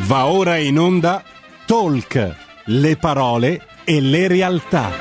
Va ora in onda Talk, le parole e le realtà.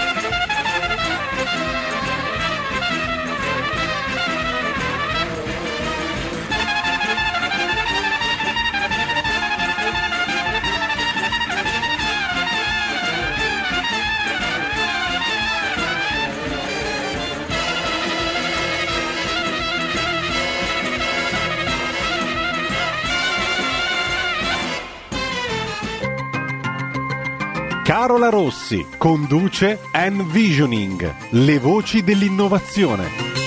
Carola Rossi conduce Envisioning, le voci dell'innovazione.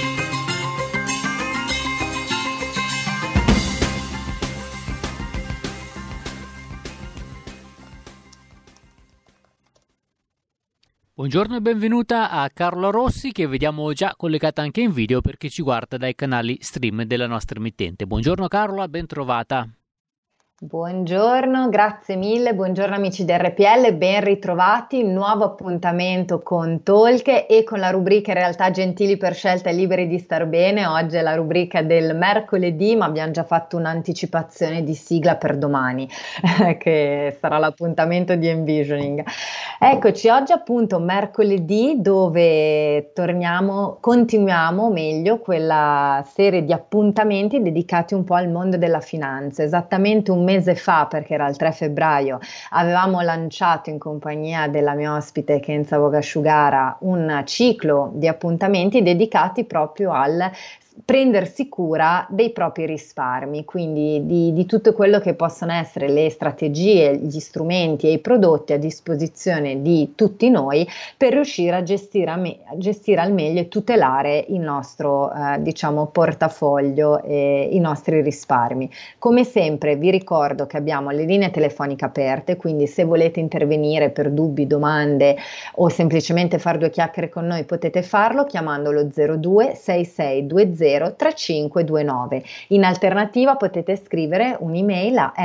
Buongiorno e benvenuta a Carola Rossi, che vediamo già collegata anche in video perché ci guarda dai canali stream della nostra emittente. Buongiorno Carola, ben trovata. Buongiorno, grazie mille, buongiorno amici di RPL, ben ritrovati, nuovo appuntamento con Talk e con la rubrica in realtà Gentili per scelta e liberi di star bene. Oggi è la rubrica del mercoledì, ma abbiamo già fatto un'anticipazione di sigla per domani che sarà l'appuntamento di Envisioning. Eccoci, oggi appunto mercoledì, dove continuiamo meglio quella serie di appuntamenti dedicati un po' al mondo della finanza. Esattamente un mese fa, perché era il 3 febbraio, avevamo lanciato in compagnia della mia ospite Kenza Bogasciugara un ciclo di appuntamenti dedicati proprio al prendersi cura dei propri risparmi, quindi di tutto quello che possono essere le strategie, gli strumenti e i prodotti a disposizione di tutti noi per riuscire a gestire al meglio e tutelare il nostro portafoglio e i nostri risparmi. Come sempre vi ricordo che abbiamo le linee telefoniche aperte, quindi se volete intervenire per dubbi, domande o semplicemente fare due chiacchiere con noi potete farlo chiamandolo 02 6620 3529. In alternativa potete scrivere un'email a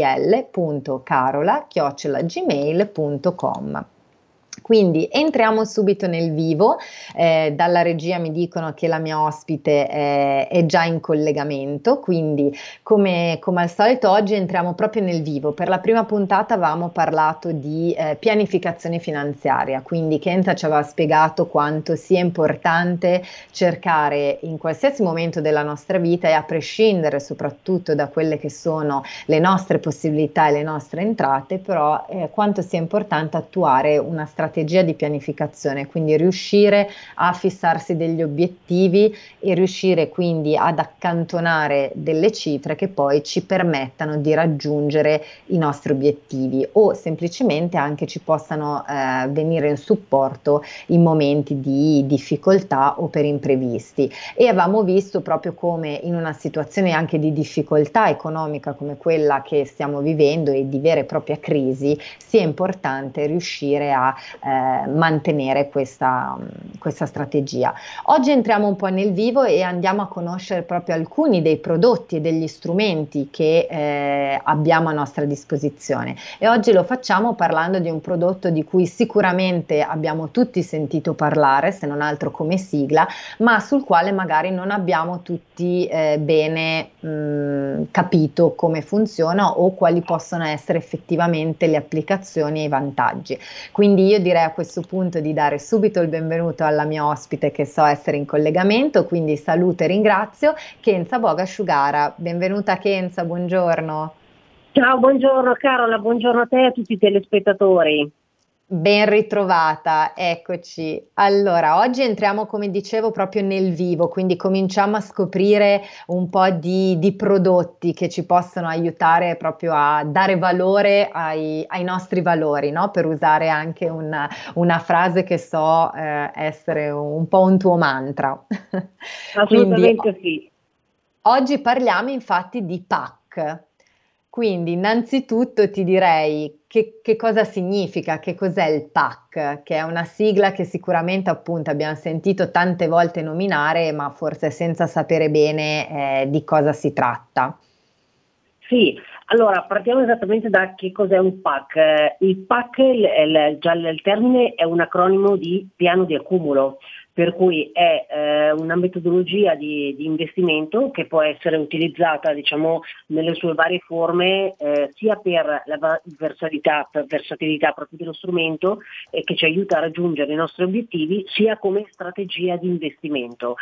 rpl.carola@gmail.com. Quindi entriamo subito nel vivo. Dalla regia mi dicono che la mia ospite è già in collegamento, quindi come al solito oggi entriamo proprio nel vivo. Per la prima puntata avevamo parlato di pianificazione finanziaria, quindi Kenza ci aveva spiegato quanto sia importante cercare in qualsiasi momento della nostra vita, e a prescindere soprattutto da quelle che sono le nostre possibilità e le nostre entrate, però quanto sia importante attuare una strategia di pianificazione, quindi riuscire a fissarsi degli obiettivi e riuscire quindi ad accantonare delle cifre che poi ci permettano di raggiungere i nostri obiettivi o semplicemente anche ci possano venire in supporto in momenti di difficoltà o per imprevisti. E avevamo visto proprio come in una situazione anche di difficoltà economica come quella che stiamo vivendo e di vera e propria crisi sia importante riuscire a mantenere questa strategia. Oggi entriamo un po' nel vivo e andiamo a conoscere proprio alcuni dei prodotti e degli strumenti che abbiamo a nostra disposizione, e oggi lo facciamo parlando di un prodotto di cui sicuramente abbiamo tutti sentito parlare, se non altro come sigla, ma sul quale magari non abbiamo tutti bene capito come funziona o quali possono essere effettivamente le applicazioni e i vantaggi. Quindi io direi a questo punto di dare subito il benvenuto alla mia ospite, che so essere in collegamento, quindi saluto e ringrazio Kenza Bogasciugara. Benvenuta Kenza, buongiorno. Ciao, buongiorno Carola, buongiorno a te e a tutti i telespettatori. Ben ritrovata, eccoci. Allora, oggi entriamo, come dicevo, proprio nel vivo, quindi cominciamo a scoprire un po' di prodotti che ci possono aiutare proprio a dare valore ai nostri valori, no? Per usare anche una frase che so essere un po' un tuo mantra. Assolutamente sì. Oggi parliamo infatti di PAC. Quindi innanzitutto ti direi che cosa significa, che cos'è il PAC, che è una sigla che sicuramente appunto abbiamo sentito tante volte nominare, ma forse senza sapere bene di cosa si tratta. Sì, allora partiamo esattamente da che cos'è un PAC. Il PAC, già il termine, è un acronimo di piano di accumulo, per cui è una metodologia di investimento che può essere utilizzata, diciamo, nelle sue varie forme, sia per la versatilità proprio dello strumento, che ci aiuta a raggiungere i nostri obiettivi, sia come strategia di investimento.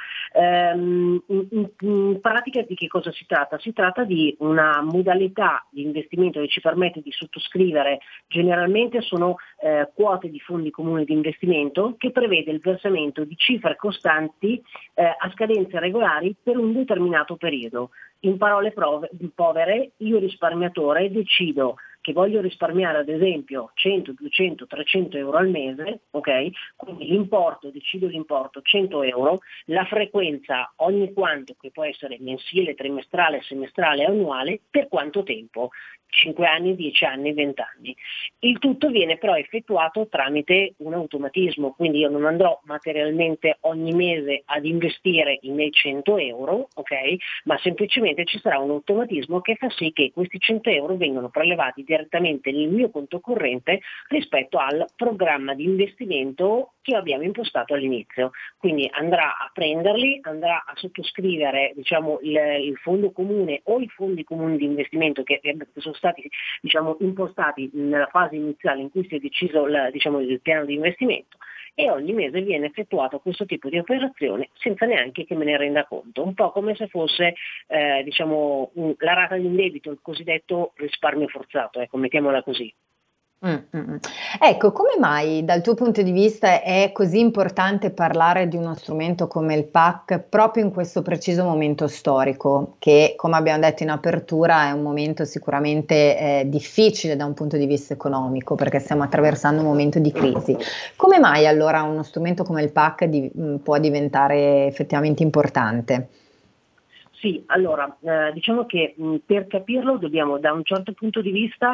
In pratica di che cosa si tratta? Si tratta di una modalità di investimento che ci permette di sottoscrivere, generalmente sono quote di fondi comuni di investimento, che prevede il versamento di cifre costanti a scadenze regolari per un determinato periodo. In parole povere, io risparmiatore decido che voglio risparmiare ad esempio 100, 200, 300 euro al mese, ok? Quindi decido l'importo 100 euro, la frequenza ogni quanto, che può essere mensile, trimestrale, semestrale, annuale, per quanto tempo? 5 anni, 10 anni, 20 anni. Il tutto viene però effettuato tramite un automatismo, quindi io non andrò materialmente ogni mese ad investire i miei 100 euro, ok? Ma semplicemente ci sarà un automatismo che fa sì che questi 100 euro vengano prelevati direttamente nel mio conto corrente rispetto al programma di investimento che abbiamo impostato all'inizio. Quindi andrà a prenderli, andrà a sottoscrivere, diciamo, il fondo comune o i fondi comuni di investimento che sono stati, diciamo, impostati nella fase iniziale in cui si è deciso il piano di investimento, e ogni mese viene effettuato questo tipo di operazione senza neanche che me ne renda conto, un po' come se fosse la rata di un debito, il cosiddetto risparmio forzato, ecco, mettiamola così. Ecco, come mai dal tuo punto di vista è così importante parlare di uno strumento come il PAC proprio in questo preciso momento storico, che come abbiamo detto in apertura è un momento sicuramente difficile da un punto di vista economico, perché stiamo attraversando un momento di crisi. Come mai allora uno strumento come il PAC può diventare effettivamente importante? Sì, allora, diciamo che per capirlo dobbiamo da un certo punto di vista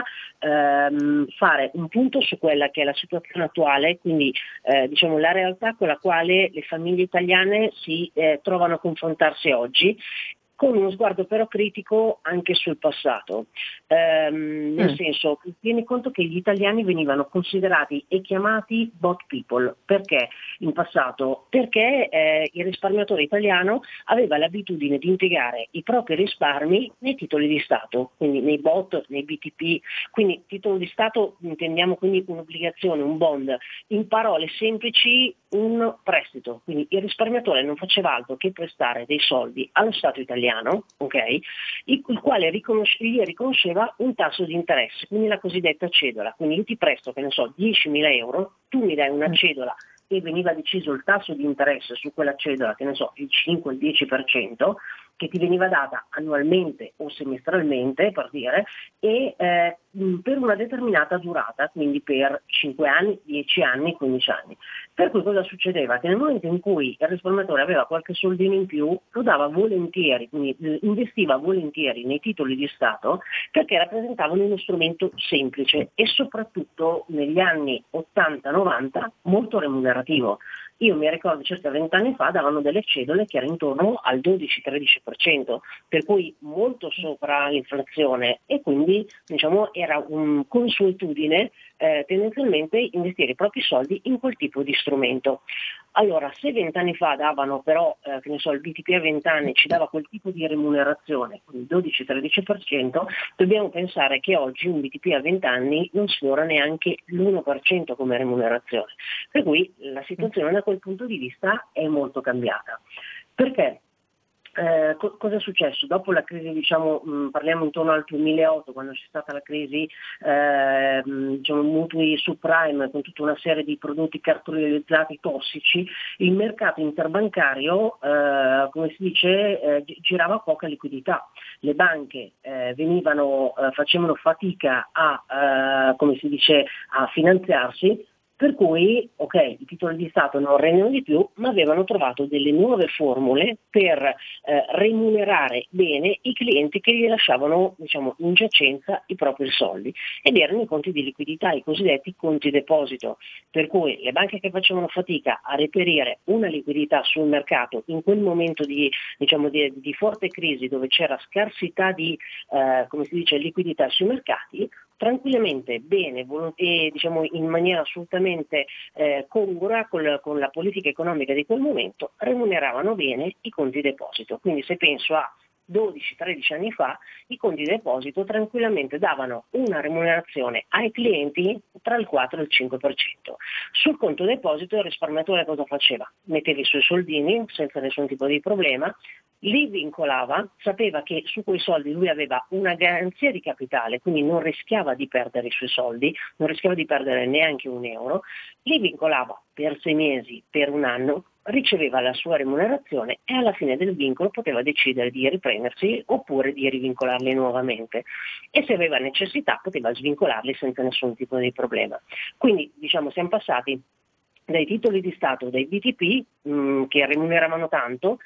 fare un punto su quella che è la situazione attuale, quindi la realtà con la quale le famiglie italiane si trovano a confrontarsi oggi, con uno sguardo però critico anche sul passato, nel senso, tieni conto che gli italiani venivano considerati e chiamati bot people. Perché in passato? Perché il risparmiatore italiano aveva l'abitudine di impiegare i propri risparmi nei titoli di Stato, quindi nei bot, nei BTP. Quindi titolo di Stato intendiamo quindi un'obbligazione, un bond, in parole semplici un prestito, quindi il risparmiatore non faceva altro che prestare dei soldi allo Stato italiano, ok, il quale gli riconosceva un tasso di interesse, quindi la cosiddetta cedola. Quindi io ti presto, che ne so, 10.000 euro, tu mi dai una cedola e veniva deciso il tasso di interesse su quella cedola, che ne so, il 5 il 10%, che ti veniva data annualmente o semestralmente, per dire, e per una determinata durata, quindi per 5 anni, 10 anni, 15 anni. Per cui cosa succedeva? Che nel momento in cui il risparmiatore aveva qualche soldino in più, lo dava volentieri, quindi investiva volentieri nei titoli di Stato, perché rappresentavano uno strumento semplice e soprattutto negli anni 80-90 molto remunerativo. Io mi ricordo circa 20 anni fa davano delle cedole che erano intorno al 12-13%, per cui molto sopra l'inflazione, e quindi era un consuetudine tendenzialmente investire i propri soldi in quel tipo di strumento. Allora, se 20 anni fa davano però, il BTP a 20 anni ci dava quel tipo di remunerazione, quindi 12-13%, dobbiamo pensare che oggi un BTP a 20 anni non sfiora neanche l'1% come remunerazione. Per cui la situazione da quel punto di vista è molto cambiata. Perché? Cosa è successo? Dopo la crisi, parliamo intorno al 2008, quando c'è stata la crisi, mutui subprime con tutta una serie di prodotti cartolarizzati tossici, il mercato interbancario, come si dice, girava poca liquidità. Le banche facevano fatica a finanziarsi. Per cui, ok, i titoli di Stato non regnano di più, ma avevano trovato delle nuove formule per remunerare bene i clienti che gli lasciavano, in giacenza i propri soldi, ed erano i conti di liquidità, i cosiddetti conti deposito. Per cui le banche che facevano fatica a reperire una liquidità sul mercato in quel momento di forte crisi, dove c'era scarsità di liquidità sui mercati, tranquillamente bene e diciamo in maniera assolutamente congrua con la politica economica di quel momento, remuneravano bene i conti deposito. Quindi se penso a 12-13 anni fa, i conti deposito tranquillamente davano una remunerazione ai clienti tra il 4 e il 5%. Sul conto deposito il risparmiatore cosa faceva? Metteva i suoi soldini senza nessun tipo di problema, li vincolava, sapeva che su quei soldi lui aveva una garanzia di capitale, quindi non rischiava di perdere i suoi soldi, non rischiava di perdere neanche un euro, li vincolava per 6 mesi, per un anno, riceveva la sua remunerazione e alla fine del vincolo poteva decidere di riprendersi oppure di rivincolarli nuovamente, e se aveva necessità poteva svincolarli senza nessun tipo di problema. Quindi diciamo siamo passati dai titoli di Stato, dai BTP che remuneravano tanto,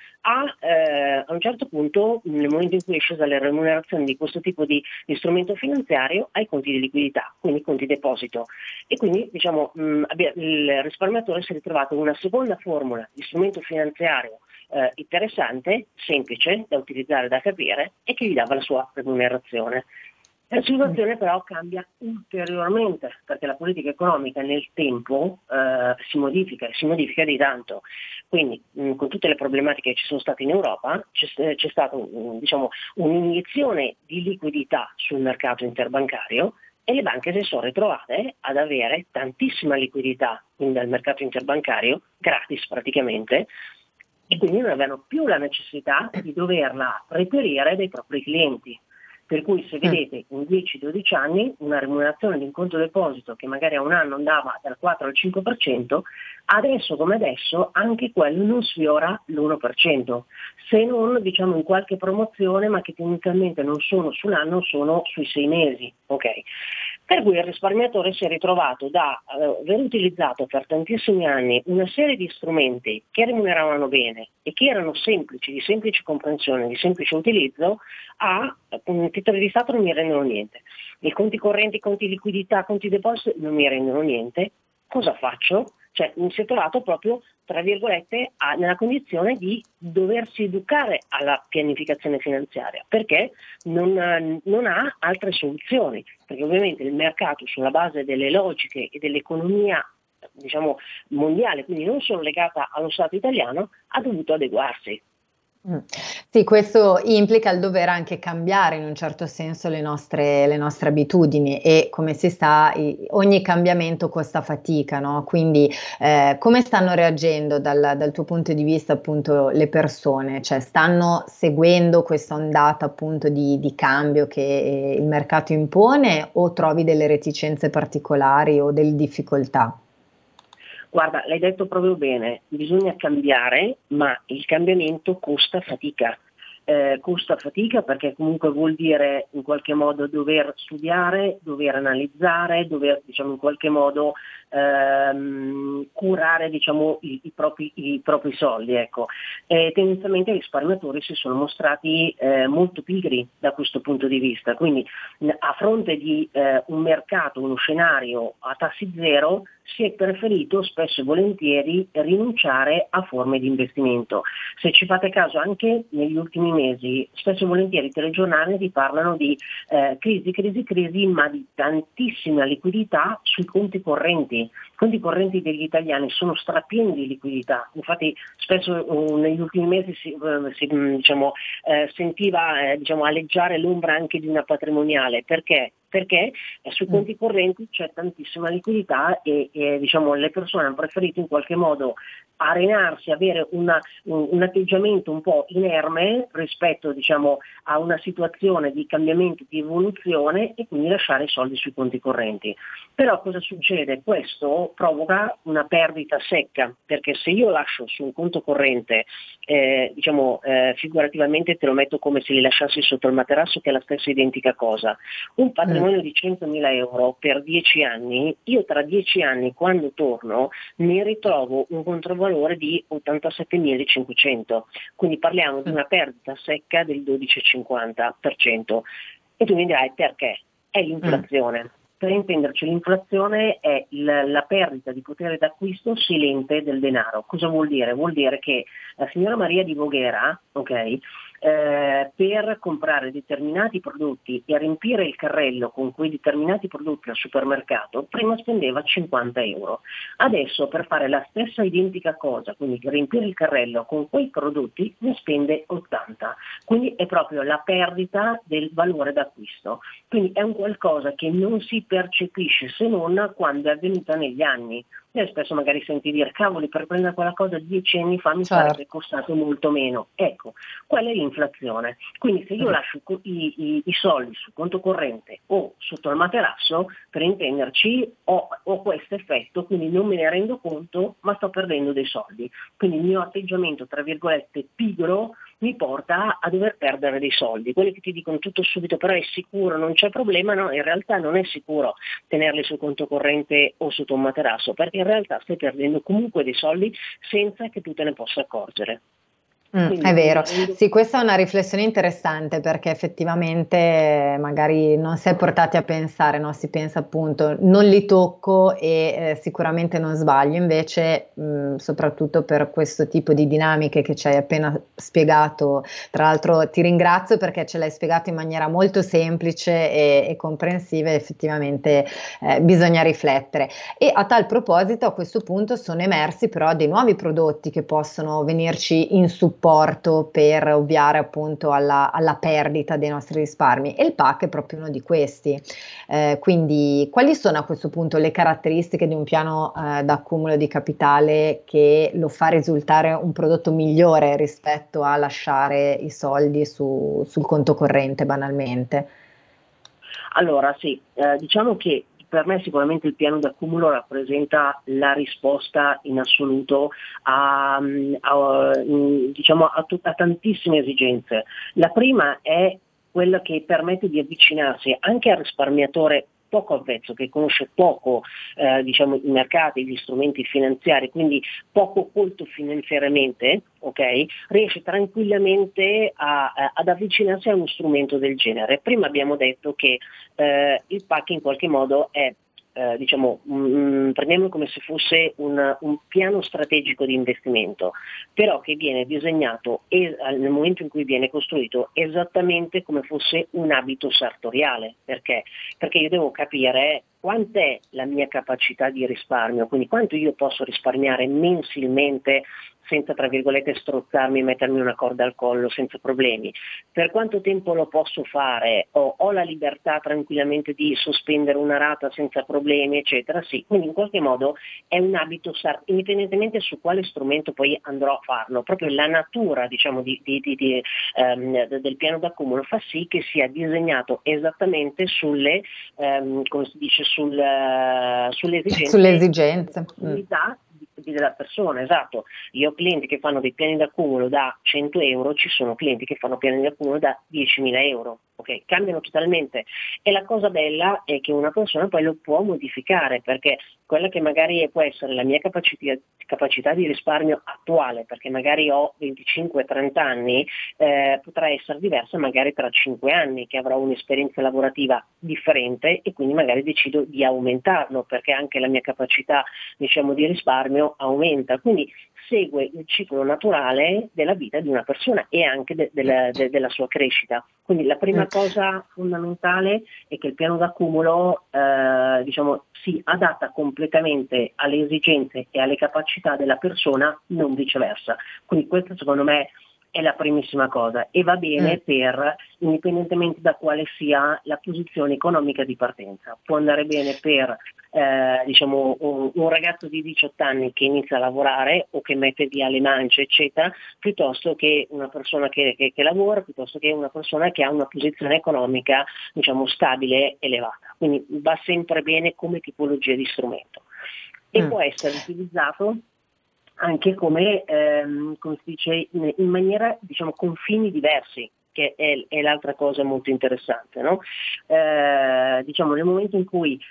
a un certo punto, nel momento in cui è scesa la remunerazione di questo tipo di strumento finanziario, ai conti di liquidità, quindi conti deposito. E quindi diciamo, il risparmiatore si è ritrovato in una seconda formula di strumento finanziario interessante, semplice da utilizzare, da capire, e che gli dava la sua remunerazione. La situazione però cambia ulteriormente perché la politica economica nel tempo si modifica di tanto. Quindi con tutte le problematiche che ci sono state in Europa c'è stata diciamo, un'iniezione di liquidità sul mercato interbancario e le banche si sono ritrovate ad avere tantissima liquidità dal mercato interbancario, gratis praticamente, e quindi non avevano più la necessità di doverla reperire dai propri clienti. Per cui se vedete in 10-12 anni una remunerazione di un conto deposito che magari a un anno andava dal 4 al 5%, adesso come adesso anche quello non sfiora l'1%, se non diciamo in qualche promozione, ma che tendenzialmente non sono sull'anno, sono sui 6 mesi. Okay? Per cui il risparmiatore si è ritrovato da aver utilizzato per tantissimi anni una serie di strumenti che remuneravano bene e che erano semplici, di semplice comprensione, di semplice utilizzo, a titoli di Stato non mi rendono niente. I conti correnti, conti liquidità, conti deposito non mi rendono niente. Cosa faccio? Cioè mi si è trovato proprio, tra virgolette, nella condizione di doversi educare alla pianificazione finanziaria, perché non ha altre soluzioni, perché ovviamente il mercato sulla base delle logiche e dell'economia diciamo mondiale, quindi non solo legata allo Stato italiano, ha dovuto adeguarsi. Sì, questo implica il dover anche cambiare in un certo senso le nostre abitudini e come si sa, ogni cambiamento costa fatica, no? Quindi come stanno reagendo dal tuo punto di vista appunto le persone? Cioè stanno seguendo questa ondata appunto di cambio che il mercato impone o trovi delle reticenze particolari o delle difficoltà? Guarda, l'hai detto proprio bene, bisogna cambiare, ma il cambiamento costa fatica. Costa fatica perché comunque vuol dire in qualche modo dover studiare, dover analizzare, dover diciamo in qualche modo curare diciamo i propri soldi. Ecco. Tendenzialmente i risparmiatori si sono mostrati molto pigri da questo punto di vista, quindi a fronte di un mercato, uno scenario a tassi zero, si è preferito spesso e volentieri rinunciare a forme di investimento. Se ci fate caso anche negli ultimi mesi, spesso e volentieri i telegiornali vi parlano di crisi, ma di tantissima liquidità sui conti correnti. I conti correnti degli italiani sono strapieni di liquidità, infatti spesso negli ultimi mesi si sentiva aleggiare l'ombra anche di una patrimoniale. Perché sui conti correnti c'è tantissima liquidità e diciamo, le persone hanno preferito in qualche modo arenarsi, avere un atteggiamento un po' inerme rispetto diciamo, a una situazione di cambiamento, di evoluzione e quindi lasciare i soldi sui conti correnti. Però cosa succede? Questo provoca una perdita secca, perché se io lascio su un conto corrente, figurativamente te lo metto come se li lasciassi sotto il materasso, che è la stessa identica cosa. Un patrimonio di 100.000 euro per 10 anni, io tra 10 anni quando torno mi ritrovo un controvalore di 87.500, quindi parliamo di una perdita secca del 12,50%. E tu mi dirai perché? È l'inflazione. Per intenderci, l'inflazione è la perdita di potere d'acquisto silente del denaro. Cosa vuol dire? Vuol dire che la signora Maria di Voghera, ok, per comprare determinati prodotti e riempire il carrello con quei determinati prodotti al supermercato, prima spendeva 50 euro. Adesso per fare la stessa identica cosa, quindi riempire il carrello con quei prodotti, ne spende 80. Quindi è proprio la perdita del valore d'acquisto. Quindi è un qualcosa che non si percepisce se non quando è avvenuta negli anni. E spesso magari senti dire, cavoli, per prendere quella cosa 10 anni fa mi sarebbe costato molto meno. Ecco, quella è l'inflazione. Quindi se io lascio i soldi sul conto corrente o sotto il materasso, per intenderci, ho questo effetto, quindi non me ne rendo conto, ma sto perdendo dei soldi. Quindi il mio atteggiamento, tra virgolette, pigro, mi porta a dover perdere dei soldi. Quelli che ti dicono tutto subito, però è sicuro, non c'è problema, no, in realtà non è sicuro tenerli sul conto corrente o sotto un materasso, perché in realtà stai perdendo comunque dei soldi senza che tu te ne possa accorgere. È vero, sì, questa è una riflessione interessante perché effettivamente magari non si è portati a pensare, no? Si pensa appunto non li tocco e sicuramente non sbaglio, invece soprattutto per questo tipo di dinamiche che ci hai appena spiegato, tra l'altro ti ringrazio perché ce l'hai spiegato in maniera molto semplice e comprensiva, effettivamente bisogna riflettere. E a tal proposito a questo punto sono emersi però dei nuovi prodotti che possono venirci in supporto per ovviare appunto alla perdita dei nostri risparmi e il PAC è proprio uno di questi. Quindi quali sono a questo punto le caratteristiche di un piano d'accumulo di capitale che lo fa risultare un prodotto migliore rispetto a lasciare i soldi sul conto corrente banalmente? Allora sì, diciamo che per me sicuramente il piano d'accumulo rappresenta la risposta in assoluto a tantissime esigenze. La prima è quella che permette di avvicinarsi anche al risparmiatore poco avvezzo, che conosce poco i mercati, gli strumenti finanziari, quindi poco colto finanziariamente, okay? Riesce tranquillamente ad avvicinarsi a uno strumento del genere. Prima abbiamo detto che il PAC in qualche modo è prendiamolo come se fosse un piano strategico di investimento, però che viene disegnato nel momento in cui viene costruito esattamente come fosse un abito sartoriale. Perché? Perché io devo capire quant'è la mia capacità di risparmio, quindi quanto io posso risparmiare mensilmente senza, tra virgolette, strozzarmi e mettermi una corda al collo senza problemi. Per quanto tempo lo posso fare? Ho la libertà tranquillamente di sospendere una rata senza problemi, eccetera? Sì, quindi in qualche modo è un abito, indipendentemente su quale strumento poi andrò a farlo, proprio la natura, del piano d'accumulo fa sì che sia disegnato esattamente sulle esigenze della persona, esatto. Io ho clienti che fanno dei piani d'accumulo da 100 euro, ci sono clienti che fanno piani d'accumulo da 10.000 euro, ok? Cambiano totalmente e la cosa bella è che una persona poi lo può modificare, perché quella che magari può essere la mia capacità di risparmio attuale, perché magari ho 25-30 anni, potrà essere diversa magari tra 5 anni che avrò un'esperienza lavorativa differente e quindi magari decido di aumentarlo perché anche la mia capacità di risparmio aumenta, quindi segue il ciclo naturale della vita di una persona e anche della sua crescita. Quindi la prima cosa fondamentale è che il piano d'accumulo si adatta completamente alle esigenze e alle capacità della persona, non viceversa. Quindi questo secondo me è la primissima cosa e va bene indipendentemente da quale sia la posizione economica di partenza. Può andare bene per un ragazzo di 18 anni che inizia a lavorare o che mette via le mance, eccetera, piuttosto che una persona che lavora, piuttosto che una persona che ha una posizione economica stabile, elevata. Quindi va sempre bene come tipologia di strumento e può essere utilizzato anche come si dice, in maniera con fini diversi, che è l'altra cosa molto interessante, no? Nel momento in cui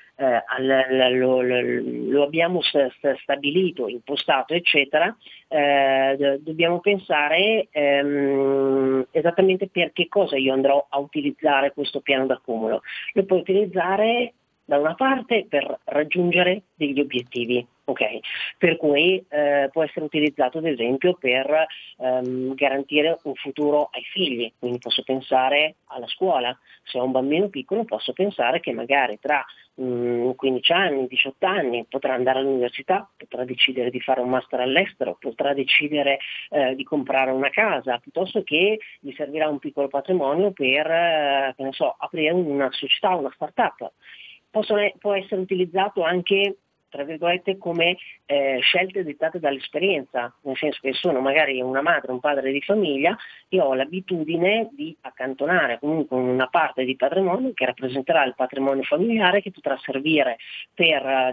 lo abbiamo stabilito, impostato, eccetera, dobbiamo pensare esattamente per che cosa io andrò a utilizzare questo piano d'accumulo. Lo puoi utilizzare da una parte per raggiungere degli obiettivi, Ok, per cui può essere utilizzato ad esempio per garantire un futuro ai figli, quindi posso pensare alla scuola. Se ho un bambino piccolo posso pensare che magari tra 15 anni, 18 anni potrà andare all'università, potrà decidere di fare un master all'estero, potrà decidere di comprare una casa, piuttosto che gli servirà un piccolo patrimonio per che ne so, aprire una società, una startup. Può essere utilizzato anche tra virgolette come scelte dettate dall'esperienza, nel senso che sono magari una madre, un padre di famiglia, io ho l'abitudine di accantonare comunque una parte di patrimonio che rappresenterà il patrimonio familiare, che potrà servire per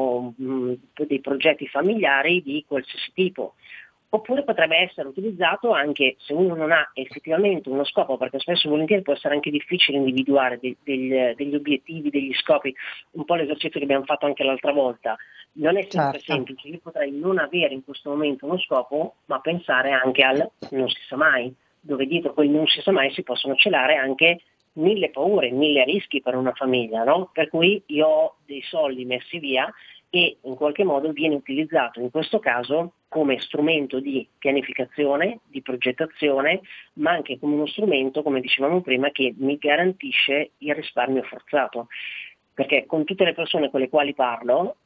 dei progetti familiari di qualsiasi tipo. Oppure potrebbe essere utilizzato anche se uno non ha effettivamente uno scopo, perché spesso e volentieri può essere anche difficile individuare degli obiettivi, degli scopi, un po' l'esercizio che abbiamo fatto anche l'altra volta. Non è sempre semplice, io potrei non avere in questo momento uno scopo, ma pensare anche al non si sa mai, dove dietro quel non si sa mai si possono celare anche 1000 paure, 1000 rischi per una famiglia, no? Per cui io ho dei soldi messi via e in qualche modo viene utilizzato in questo caso come strumento di pianificazione, di progettazione, ma anche come uno strumento, come dicevamo prima, che mi garantisce il risparmio forzato. Perché con tutte le persone con le quali parlo,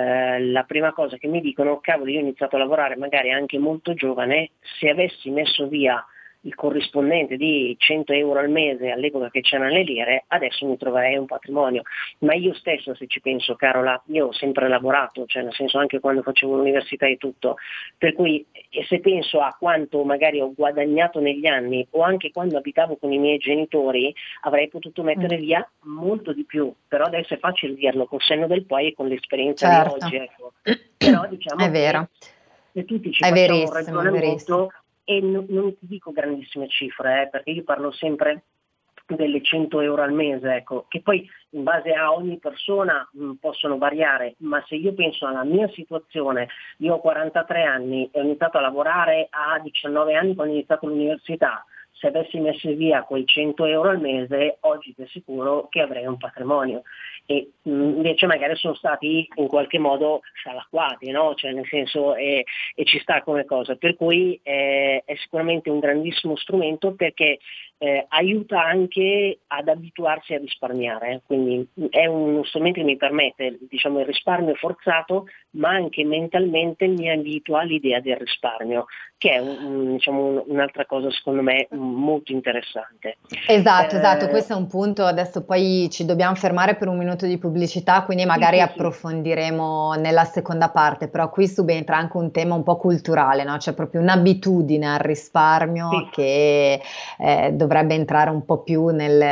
la prima cosa che mi dicono, cavolo, io ho iniziato a lavorare magari anche molto giovane, se avessi messo via il corrispondente di 100 euro al mese all'epoca che c'erano le lire, adesso mi troverei un patrimonio. Ma io stesso, se ci penso, Carola, io ho sempre lavorato, cioè nel senso anche quando facevo l'università e tutto, per cui se penso a quanto magari ho guadagnato negli anni o anche quando abitavo con i miei genitori, avrei potuto mettere via molto di più, però adesso è facile dirlo col senno del poi e con l'esperienza di oggi, ecco. Però diciamo è vero. Se tutti ci è facciamo un verissimo. ragionamento, e non ti dico grandissime cifre, perché io parlo sempre delle 100 euro al mese, ecco, che poi in base a ogni persona possono variare, ma se io penso alla mia situazione, io ho 43 anni e ho iniziato a lavorare a 19 anni quando ho iniziato l'università, se avessi messo via quei 100 euro al mese, oggi ti assicuro che avrei un patrimonio. E invece magari sono stati in qualche modo scialacquati, no? Cioè nel senso e ci sta come cosa, per cui è sicuramente un grandissimo strumento perché aiuta anche ad abituarsi a risparmiare, quindi è uno strumento che mi permette diciamo il risparmio forzato, ma anche mentalmente mi abitua all'idea del risparmio, che è un'altra cosa secondo me molto interessante. Esatto, questo è un punto, adesso poi ci dobbiamo fermare per un minuto di pubblicità, quindi magari approfondiremo nella seconda parte, però qui subentra anche un tema un po' culturale, no? C'è proprio un'abitudine al risparmio che dovrebbe entrare un po' più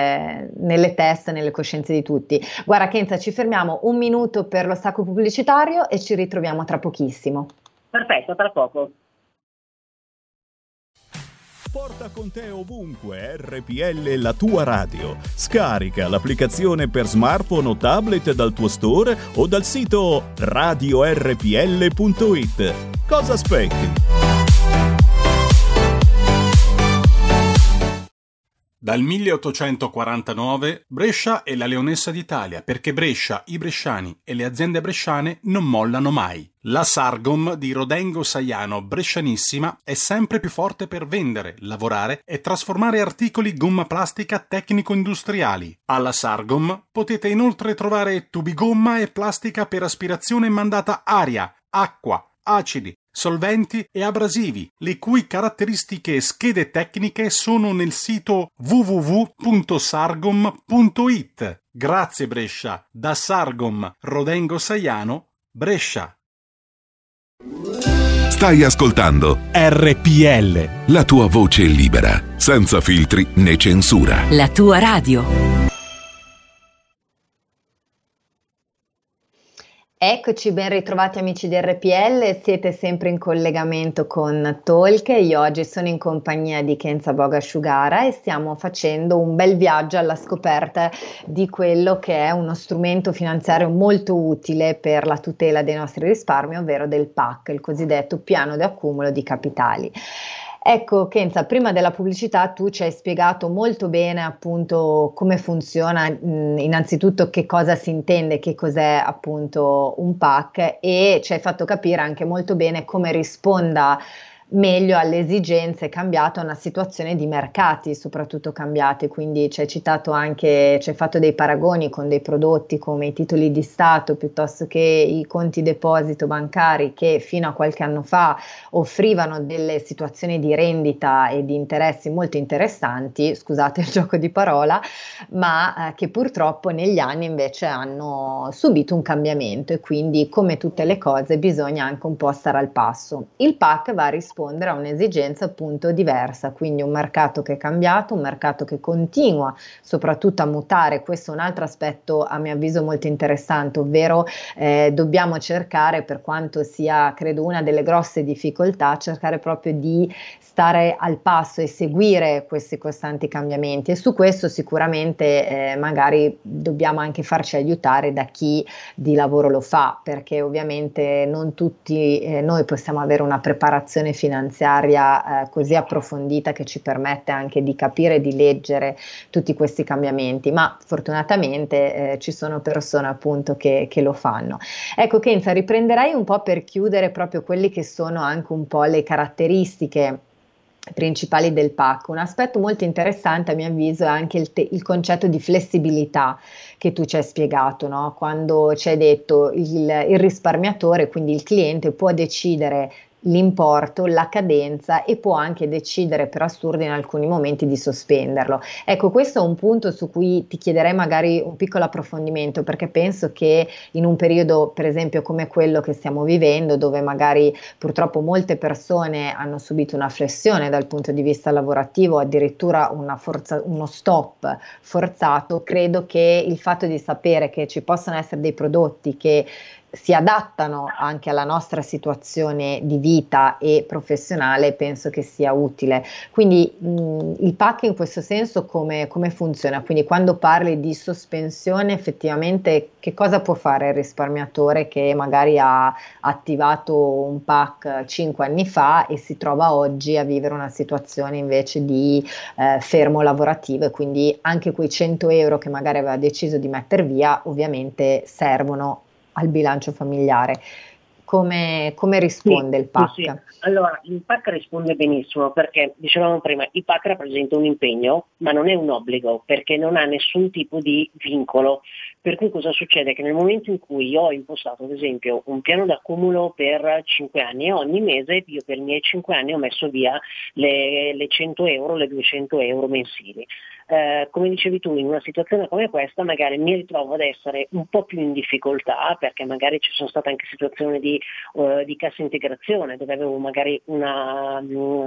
nelle teste, nelle coscienze di tutti. Guarda Kenza, ci fermiamo un minuto per lo stacco pubblicitario e ci ritroviamo tra pochissimo. Perfetto, tra poco. Porta con te ovunque RPL, la tua radio. Scarica l'applicazione per smartphone o tablet dal tuo store o dal sito radiorpl.it. Cosa aspetti? Dal 1849 Brescia è la leonessa d'Italia, perché Brescia, i bresciani e le aziende bresciane non mollano mai. La Sargom di Rodengo Saiano, brescianissima, è sempre più forte per vendere, lavorare e trasformare articoli gomma plastica tecnico-industriali. Alla Sargom potete inoltre trovare tubi gomma e plastica per aspirazione mandata aria, acqua, acidi, solventi e abrasivi, le cui caratteristiche e schede tecniche sono nel sito www.sargom.it. Grazie Brescia, da Sargom Rodengo Saiano, Brescia. Stai ascoltando RPL, la tua voce libera, senza filtri né censura. La tua radio. Eccoci, ben ritrovati amici di RPL, siete sempre in collegamento con Talk. Io oggi sono in compagnia di Kenza Bogasciugara e stiamo facendo un bel viaggio alla scoperta di quello che è uno strumento finanziario molto utile per la tutela dei nostri risparmi, ovvero del PAC, il cosiddetto piano di accumulo di capitali. Ecco, Kenza, prima della pubblicità tu ci hai spiegato molto bene appunto come funziona, innanzitutto che cosa si intende, che cos'è appunto un PAC e ci hai fatto capire anche molto bene come risponda meglio alle esigenze cambiate a una situazione di mercati soprattutto cambiate, quindi ci hai citato anche, ci hai fatto dei paragoni con dei prodotti come i titoli di Stato piuttosto che i conti deposito bancari che fino a qualche anno fa offrivano delle situazioni di rendita e di interessi molto interessanti, scusate il gioco di parola, ma che purtroppo negli anni invece hanno subito un cambiamento e quindi come tutte le cose bisogna anche un po' stare al passo. Il PAC va a rispondere a un'esigenza appunto diversa, quindi un mercato che è cambiato, un mercato che continua soprattutto a mutare, questo è un altro aspetto a mio avviso molto interessante, ovvero dobbiamo cercare, per quanto sia credo una delle grosse difficoltà, cercare proprio di stare al passo e seguire questi costanti cambiamenti e su questo sicuramente magari dobbiamo anche farci aiutare da chi di lavoro lo fa, perché ovviamente non tutti noi possiamo avere una preparazione finanziaria così approfondita che ci permette anche di capire e di leggere tutti questi cambiamenti, ma fortunatamente ci sono persone appunto che lo fanno. Ecco Kenza, riprenderai un po' per chiudere proprio quelli che sono anche un po' le caratteristiche principali del PAC. Un aspetto molto interessante a mio avviso è anche il concetto di flessibilità che tu ci hai spiegato, no? Quando ci hai detto il risparmiatore, quindi il cliente, può decidere l'importo, la cadenza e può anche decidere per assurdo in alcuni momenti di sospenderlo. Ecco, questo è un punto su cui ti chiederei magari un piccolo approfondimento perché penso che in un periodo per esempio come quello che stiamo vivendo dove magari purtroppo molte persone hanno subito una flessione dal punto di vista lavorativo, addirittura uno stop forzato, credo che il fatto di sapere che ci possono essere dei prodotti che si adattano anche alla nostra situazione di vita e professionale, penso che sia utile. Quindi il PAC in questo senso come funziona? Quindi quando parli di sospensione effettivamente che cosa può fare il risparmiatore che magari ha attivato un PAC 5 anni fa e si trova oggi a vivere una situazione invece di fermo lavorativo e quindi anche quei 100 euro che magari aveva deciso di mettere via ovviamente servono al bilancio familiare. Come risponde il PAC? Sì. Allora, il PAC risponde benissimo perché, dicevamo prima, il PAC rappresenta un impegno, ma non è un obbligo perché non ha nessun tipo di vincolo. Per cui cosa succede? Che nel momento in cui io ho impostato, ad esempio, un piano d'accumulo per 5 anni e ogni mese io per i miei 5 anni ho messo via le 100 euro, le 200 euro mensili. Come dicevi tu, in una situazione come questa magari mi ritrovo ad essere un po' più in difficoltà perché magari ci sono state anche situazioni di cassa integrazione dove avevo magari una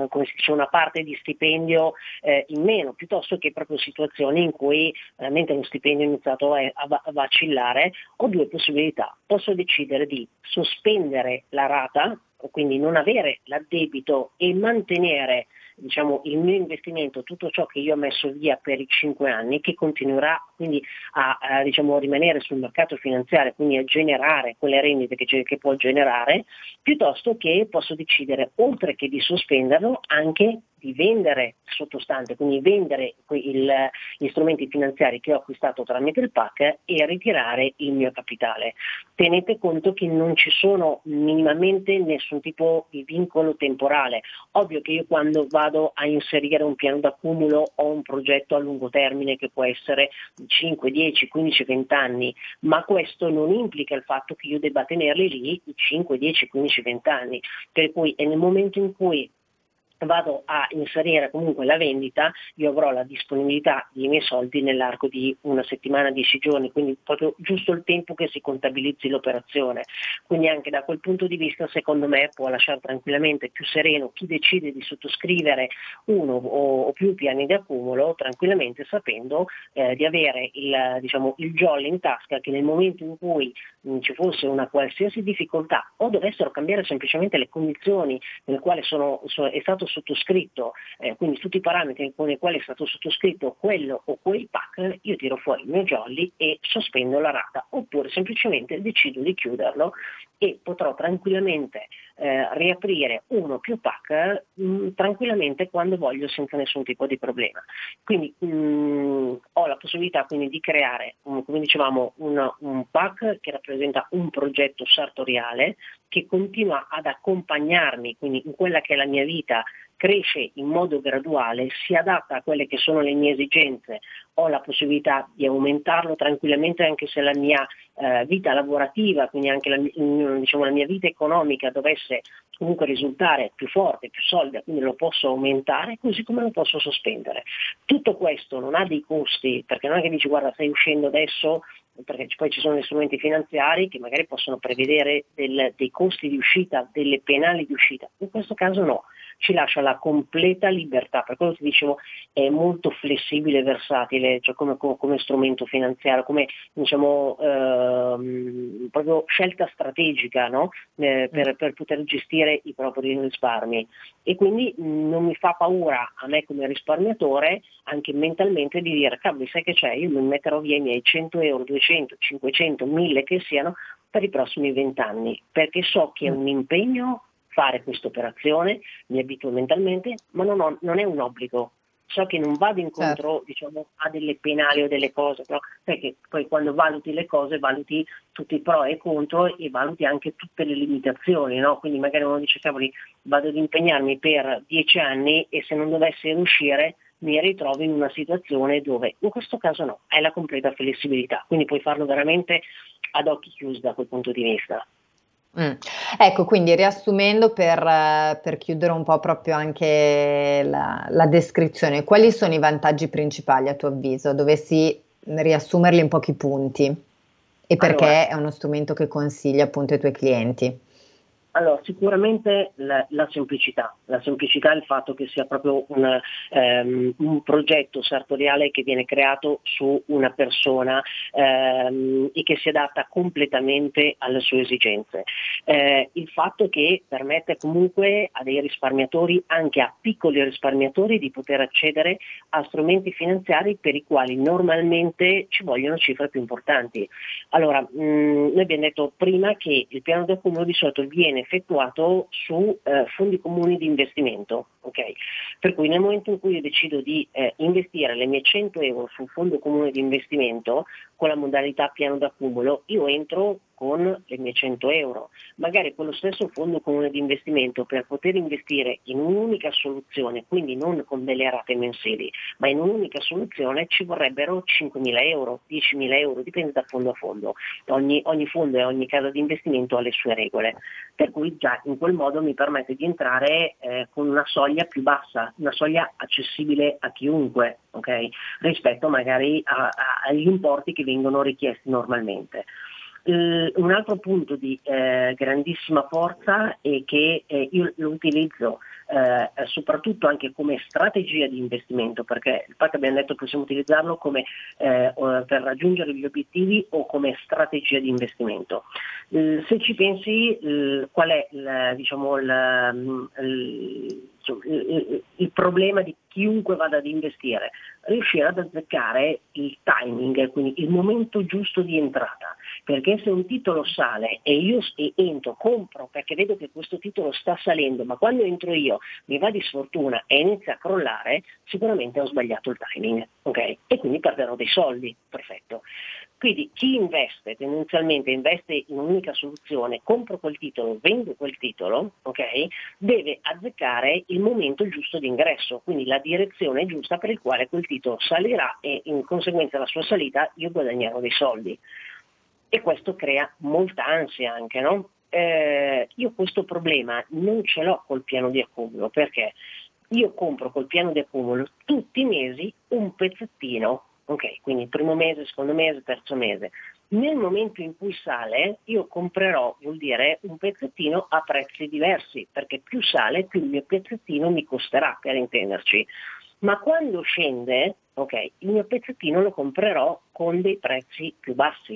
parte di stipendio in meno, piuttosto che proprio situazioni in cui veramente lo stipendio è iniziato a vacillare. Ho due possibilità: posso decidere di sospendere la rata, quindi non avere l'addebito e mantenere il mio investimento, tutto ciò che io ho messo via per i 5 anni, che continuerà quindi a rimanere sul mercato finanziario, quindi a generare quelle rendite che può generare, piuttosto che posso decidere, oltre che di sospenderlo, anche di vendere sottostante, quindi vendere gli strumenti finanziari che ho acquistato tramite il PAC e ritirare il mio capitale. Tenete conto che non ci sono minimamente nessun tipo di vincolo temporale. Ovvio che io quando vado a inserire un piano d'accumulo ho un progetto a lungo termine che può essere 5, 10, 15, 20 anni, ma questo non implica il fatto che io debba tenerli lì i 5, 10, 15, 20 anni. Per cui è nel momento in cui vado a inserire comunque la vendita, io avrò la disponibilità dei miei soldi nell'arco di una settimana, 10 giorni, quindi proprio giusto il tempo che si contabilizzi l'operazione. Quindi anche da quel punto di vista secondo me può lasciare tranquillamente più sereno chi decide di sottoscrivere uno o più piani di accumulo, tranquillamente sapendo di avere il jolly in tasca che nel momento in cui ci fosse una qualsiasi difficoltà o dovessero cambiare semplicemente le condizioni nelle quali è stato sottoscritto, quindi tutti i parametri con i quali è stato sottoscritto quello o quel pack, io tiro fuori il mio jolly e sospendo la rata, oppure semplicemente decido di chiuderlo e potrò tranquillamente riaprire uno o più pack tranquillamente quando voglio, senza nessun tipo di problema. Quindi ho la possibilità quindi di creare, come dicevamo, un pack che rappresenta un progetto sartoriale che continua ad accompagnarmi quindi in quella che è la mia vita, cresce in modo graduale, si adatta a quelle che sono le mie esigenze, ho la possibilità di aumentarlo tranquillamente anche se la mia vita lavorativa, quindi anche la mia vita economica dovesse comunque risultare più forte, più solida, quindi lo posso aumentare così come lo posso sospendere. Tutto questo non ha dei costi, perché non è che dici guarda stai uscendo adesso, perché poi ci sono gli strumenti finanziari che magari possono prevedere dei costi di uscita, delle penali di uscita, in questo caso no, ci lascia la completa libertà, per quello ti dicevo è molto flessibile e versatile, cioè come strumento finanziario, come diciamo proprio scelta strategica, no? Per poter gestire i propri risparmi, e quindi non mi fa paura a me come risparmiatore anche mentalmente di dire cavoli sai che c'è, io mi metterò via i miei 100 euro, 200, 500, 1000 che siano per i prossimi 20 anni, perché so che è un impegno fare questa operazione, mi abituo mentalmente, ma non è un obbligo. So che non vado incontro diciamo, a delle penali o delle cose, però sai che poi quando valuti le cose valuti tutti i pro e i contro e valuti anche tutte le limitazioni, no? Quindi magari uno dice cavoli vado ad impegnarmi per 10 anni e se non dovesse riuscire mi ritrovo in una situazione dove in questo caso no, hai la completa flessibilità, quindi puoi farlo veramente ad occhi chiusi da quel punto di vista. Ecco, quindi riassumendo per chiudere un po' proprio anche la descrizione, quali sono i vantaggi principali a tuo avviso? Dovessi riassumerli in pochi punti e perché allora, è uno strumento che consigli appunto ai tuoi clienti? Allora, sicuramente la semplicità, il fatto che sia proprio un progetto sartoriale che viene creato su una persona e che si adatta completamente alle sue esigenze. Il fatto che permette comunque a dei risparmiatori, anche a piccoli risparmiatori, di poter accedere a strumenti finanziari per i quali normalmente ci vogliono cifre più importanti. Allora, noi abbiamo detto prima che il piano di accumulo di solito viene effettuato su fondi comuni di investimento, ok? Per cui nel momento in cui io decido di investire le mie 100 euro su un fondo comune di investimento con la modalità piano d'accumulo, io entro con le mie 100 euro. Magari quello stesso fondo comune di investimento, per poter investire in un'unica soluzione, quindi non con delle rate mensili, ma in un'unica soluzione ci vorrebbero 5.000 euro, 10.000 euro, dipende da fondo a fondo. Ogni fondo e ogni casa di investimento ha le sue regole, per cui già in quel modo mi permette di entrare con una soglia più bassa, una soglia accessibile a chiunque, ok? Rispetto magari agli importi che vengono richiesti normalmente. Un altro punto di grandissima forza è che io lo utilizzo soprattutto anche come strategia di investimento, perché il PAC abbiamo detto possiamo utilizzarlo come per raggiungere gli obiettivi o come strategia di investimento. Se ci pensi, qual è il problema di chiunque vada ad investire? Riuscire ad azzeccare il timing, quindi il momento giusto di entrata, perché se un titolo sale e io entro, compro perché vedo che questo titolo sta salendo, ma quando entro io mi va di sfortuna e inizia a crollare, sicuramente ho sbagliato il timing, ok? E quindi perderò dei soldi, perfetto. Quindi chi investe tendenzialmente investe in un'unica soluzione, compro quel titolo, vendo quel titolo, ok? Deve azzeccare il momento giusto di ingresso, quindi la direzione giusta per il quale quel titolo salirà e in conseguenza della sua salita io guadagnerò dei soldi. E questo crea molta ansia anche, no? Io questo problema non ce l'ho col piano di accumulo, perché io compro col piano di accumulo tutti i mesi un pezzettino, ok? Quindi il primo mese, secondo mese, terzo mese. Nel momento in cui sale io comprerò, vuol dire un pezzettino a prezzi diversi, perché più sale più il mio pezzettino mi costerà, per intenderci. Ma quando scende, ok, il mio pezzettino lo comprerò con dei prezzi più bassi.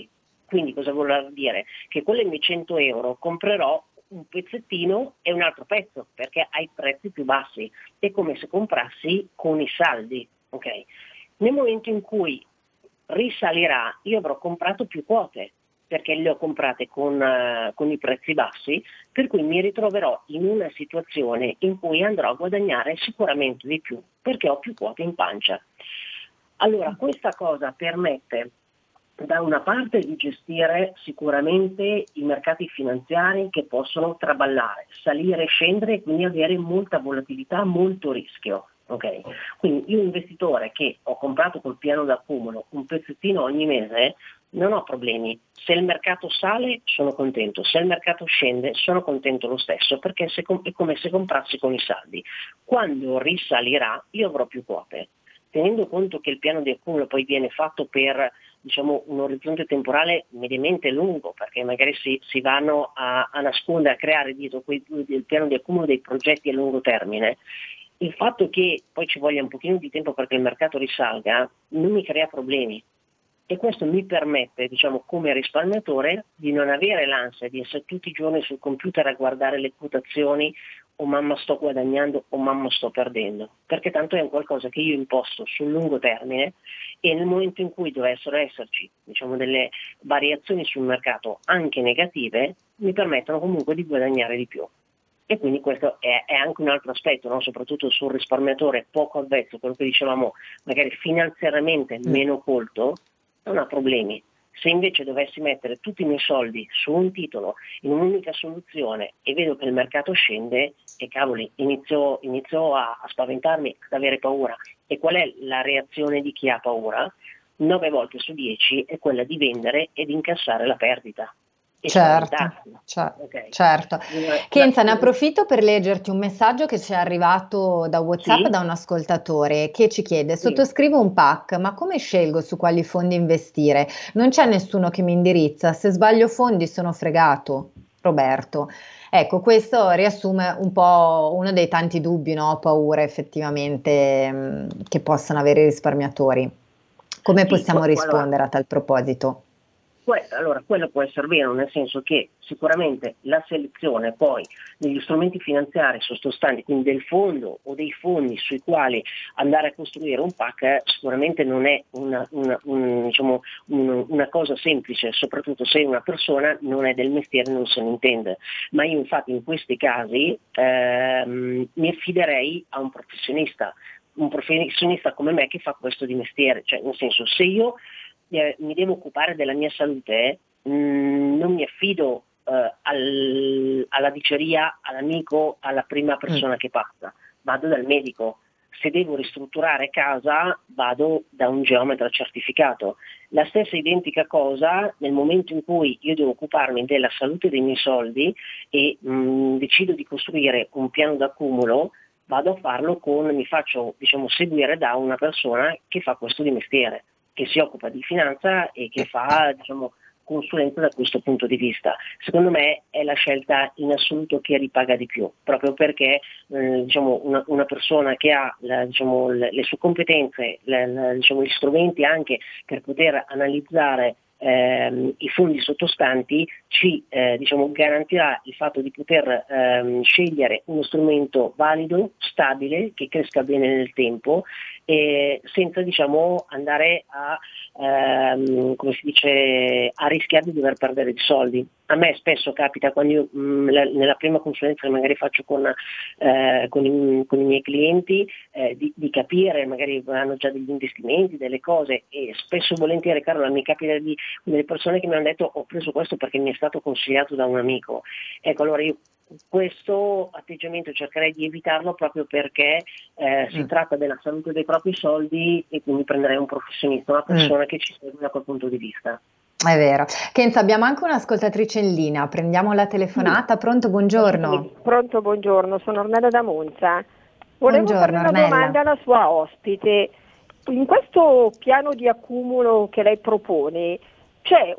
Quindi cosa vuol dire? Che con le mie 100 euro comprerò un pezzettino e un altro pezzo, perché hai prezzi più bassi. È come se comprassi con i saldi, ok? Nel momento in cui risalirà, io avrò comprato più quote, perché le ho comprate con i prezzi bassi, per cui mi ritroverò in una situazione in cui andrò a guadagnare sicuramente di più, perché ho più quote in pancia. Allora, questa cosa permette da una parte di gestire sicuramente i mercati finanziari che possono traballare, salire e scendere e quindi avere molta volatilità, molto rischio. Okay. Quindi io investitore che ho comprato col piano d'accumulo un pezzettino ogni mese non ho problemi. Se il mercato sale sono contento, se il mercato scende sono contento lo stesso, perché è come se comprassi con i saldi. Quando risalirà io avrò più quote. Tenendo conto che il piano di accumulo poi viene fatto per un orizzonte temporale mediamente lungo, perché magari si vanno a nascondere, a creare dietro il piano di accumulo dei progetti a lungo termine, il fatto che poi ci voglia un pochino di tempo perché il mercato risalga non mi crea problemi. E questo mi permette, come risparmiatore, di non avere l'ansia di essere tutti i giorni sul computer a guardare le quotazioni, o mamma sto guadagnando o mamma sto perdendo, perché tanto è un qualcosa che io imposto sul lungo termine e nel momento in cui dovessero esserci delle variazioni sul mercato anche negative, mi permettono comunque di guadagnare di più. E quindi questo è anche un altro aspetto, no? Soprattutto sul risparmiatore poco avvezzo, quello che dicevamo, magari finanziariamente meno colto, non ha problemi. Se invece dovessi mettere tutti i miei soldi su un titolo, in un'unica soluzione, e vedo che il mercato scende, e cavoli, inizio a spaventarmi, ad avere paura. E qual è la reazione di chi ha paura? 9 volte su 10 è quella di vendere e di incassare la perdita. Certo. Okay. Certo. Kenza, ne approfitto per leggerti un messaggio che ci è arrivato da WhatsApp da un ascoltatore che ci chiede: sottoscrivo un PAC, ma come scelgo su quali fondi investire? Non c'è nessuno che mi indirizza, se sbaglio fondi sono fregato. Roberto. Ecco, questo riassume un po' uno dei tanti dubbi, no? Paure effettivamente che possono avere i risparmiatori. Come possiamo rispondere a tal proposito? Allora, quello può essere vero, nel senso che sicuramente la selezione poi degli strumenti finanziari sottostanti, quindi del fondo o dei fondi sui quali andare a costruire un PAC, sicuramente non è una cosa semplice, soprattutto se una persona non è del mestiere e non se ne intende. Ma io infatti in questi casi mi affiderei a un professionista come me che fa questo di mestiere, cioè nel senso, se io mi devo occupare della mia salute, non mi affido alla diceria, all'amico, alla prima persona che passa, vado dal medico. Se devo ristrutturare casa, vado da un geometra certificato. La stessa identica cosa nel momento in cui io devo occuparmi della salute dei miei soldi e decido di costruire un piano d'accumulo, vado a farlo mi faccio seguire da una persona che fa questo di mestiere, che si occupa di finanza e che fa consulenza da questo punto di vista. Secondo me è la scelta in assoluto che ripaga di più, proprio perché una persona che ha le sue competenze, gli strumenti anche per poter analizzare i fondi sottostanti ci garantirà il fatto di poter scegliere uno strumento valido, stabile, che cresca bene nel tempo e senza andare a rischiare di dover perdere dei soldi. A me spesso capita, quando io nella prima consulenza che magari faccio con i miei clienti, di capire, magari hanno già degli investimenti, delle cose, e spesso e volentieri, Carola, mi capita delle persone che mi hanno detto: ho preso questo perché mi è stato consigliato da un amico. Ecco, allora io questo atteggiamento cercherei di evitarlo, proprio perché si tratta della salute dei propri soldi, e quindi prenderei un professionista, una persona che ci segue da quel punto di vista. È vero. Kenza, abbiamo anche un'ascoltatrice in linea, prendiamo la telefonata. Pronto, buongiorno. Pronto, buongiorno, sono Ornella da Monza. Volevo fare una domanda alla sua ospite. In questo piano di accumulo che lei propone, c'è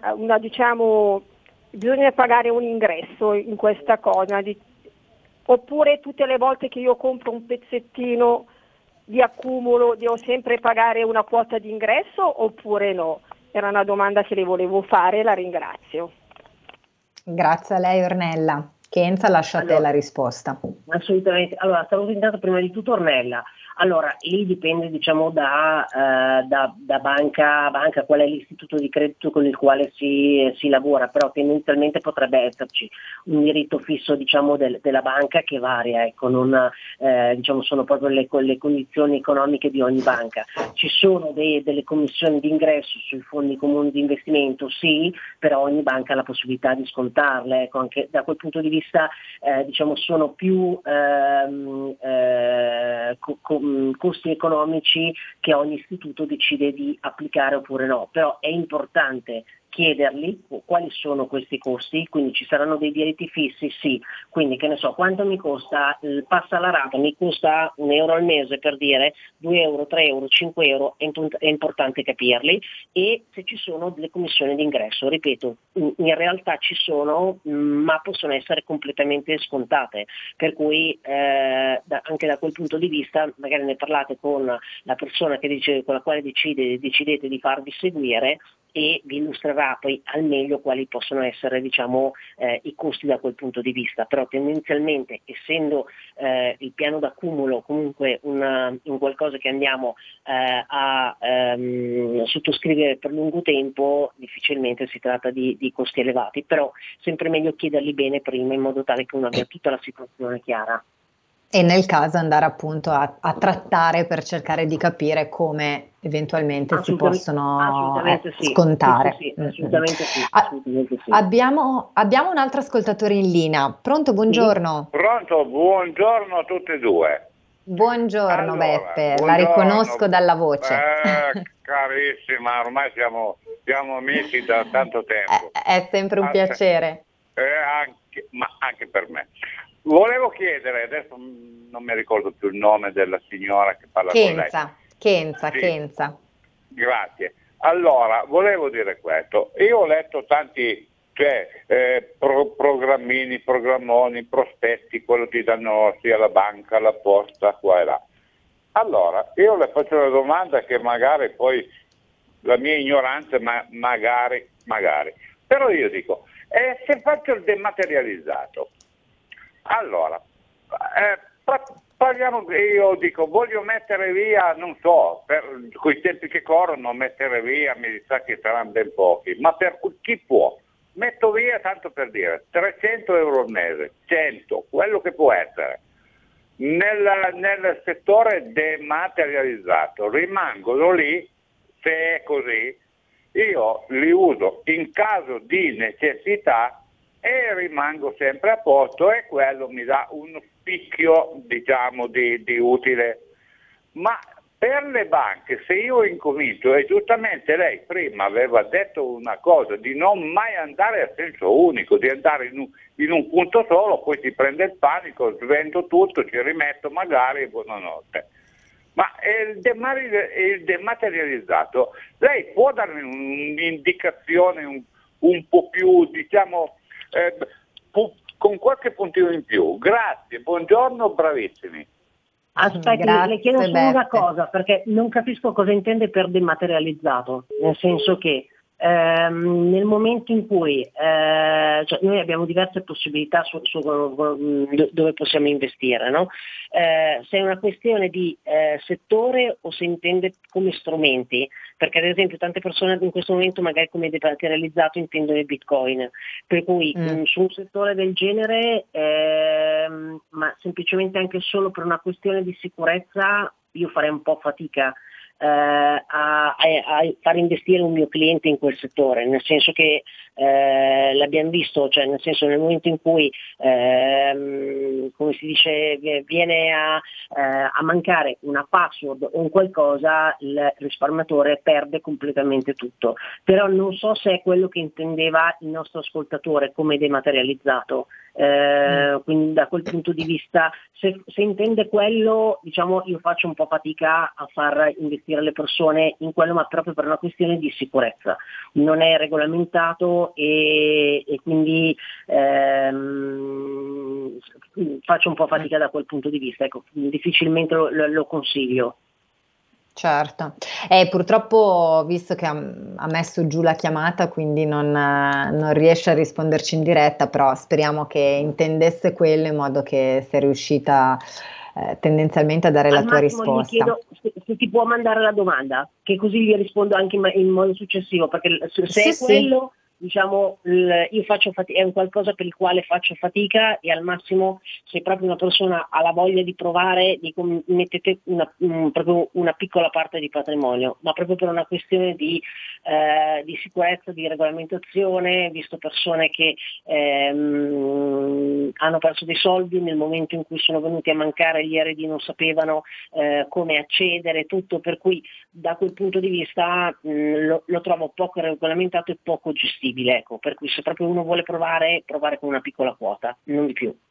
bisogna pagare un ingresso in questa cosa, oppure tutte le volte che io compro un pezzettino di accumulo devo sempre pagare una quota di ingresso, oppure no? Era una domanda che le volevo fare, la ringrazio. Grazie a lei Ornella. Kenza, lascia a te la risposta. Assolutamente. Allora, stavo sentendo prima di tutto Ornella. Allora, lì dipende diciamo da banca a banca, qual è l'istituto di credito con il quale si lavora, però tendenzialmente potrebbe esserci un diritto fisso diciamo della banca che varia, ecco, non, diciamo sono proprio le condizioni economiche di ogni banca. Ci sono delle commissioni di ingresso sui fondi comuni di investimento, sì, però ogni banca ha la possibilità di scontarle, ecco, anche da quel punto di vista diciamo sono più costi economici che ogni istituto decide di applicare oppure no, però è importante chiederli quali sono questi costi, quindi ci saranno dei diritti fissi, sì, quindi che ne so, quanto mi costa, passa la rata, mi costa €1 al mese per dire, €2, €3, €5, è importante capirli, e se ci sono delle commissioni d'ingresso, ripeto, in realtà ci sono, ma possono essere completamente scontate, per cui anche da quel punto di vista magari ne parlate con la persona con la quale decidete di farvi seguire, e vi illustrerà poi al meglio quali possono essere diciamo i costi da quel punto di vista, però tendenzialmente essendo il piano d'accumulo comunque un qualcosa che andiamo a sottoscrivere per lungo tempo, difficilmente si tratta di costi elevati, però sempre meglio chiederli bene prima in modo tale che uno abbia tutta la situazione chiara. E nel caso andare appunto a trattare per cercare di capire come eventualmente si possono scontare. Sì, assolutamente sì. Abbiamo un altro ascoltatore in linea. Pronto, buongiorno. Sì. Pronto, buongiorno a tutte e due. Buongiorno Beppe, la riconosco dalla voce. Carissima, ormai siamo amici da tanto tempo. È sempre un piacere. Anche per me. Volevo chiedere, adesso non mi ricordo più il nome della signora che parla con lei. Kenza. Grazie. Allora, volevo dire questo. Io ho letto tanti programmoni, prospetti, quello ti danno sia la banca, la posta, qua e là. Allora, io le faccio una domanda che magari poi la mia ignoranza, magari. Però io dico, se faccio il dematerializzato, allora, parliamo, io dico, voglio mettere via, non so, per quei tempi che corrono, mettere via, mi sa che saranno ben pochi, ma per chi può, metto via, tanto per dire, €300 al mese, 100, quello che può essere. Nel settore dematerializzato rimangono lì, se è così, io li uso in caso di necessità e rimango sempre a posto, e quello mi dà un spicchio diciamo di utile. Ma per le banche, se io incomincio, e giustamente lei prima aveva detto una cosa, di non mai andare a senso unico, di andare in un punto solo, poi si prende il panico, svendo tutto, ci rimetto magari e buonanotte. Ma il dematerializzato, lei può darmi un'indicazione un po' più, diciamo, con qualche puntino in più? Grazie, buongiorno, bravissimi. Aspetti, le chiedo solo una cosa, perché non capisco cosa intende per dematerializzato, nel senso che nel momento in cui noi abbiamo diverse possibilità dove possiamo investire, no? Se è una questione di settore o se intende come strumenti, perché ad esempio tante persone in questo momento magari come dematerializzato intendono il Bitcoin, per cui su un settore del genere, ma semplicemente anche solo per una questione di sicurezza, io farei un po' fatica a far investire un mio cliente in quel settore, nel senso che l'abbiamo visto, cioè nel senso nel momento in cui come si dice viene a mancare una password o un qualcosa, il risparmiatore perde completamente tutto. Però non so se è quello che intendeva il nostro ascoltatore come dematerializzato, quindi da quel punto di vista se intende quello, diciamo, io faccio un po' fatica a far investire le persone in quello, ma proprio per una questione di sicurezza, non è regolamentato e quindi faccio un po' fatica da quel punto di vista, ecco, difficilmente lo consiglio. Certo, purtroppo ho visto che ha messo giù la chiamata, quindi non riesce a risponderci in diretta, però speriamo che intendesse quello in modo che sia riuscita tendenzialmente a dare la Al tua massimo gli risposta. chiedo se ti può mandare la domanda, che così gli rispondo anche in modo successivo, perché se Sì, è sì. quello, diciamo, io faccio fatica, è un qualcosa per il quale faccio fatica, e al massimo, se proprio una persona ha la voglia di provare, dico, mettete proprio una piccola parte di patrimonio, ma proprio per una questione di sicurezza, di regolamentazione, visto persone che hanno perso dei soldi nel momento in cui sono venuti a mancare, gli eredi non sapevano come accedere, tutto, per cui da quel punto di vista lo trovo poco regolamentato e poco gestibile, ecco, per cui se proprio uno vuole provare con una piccola quota, non di più.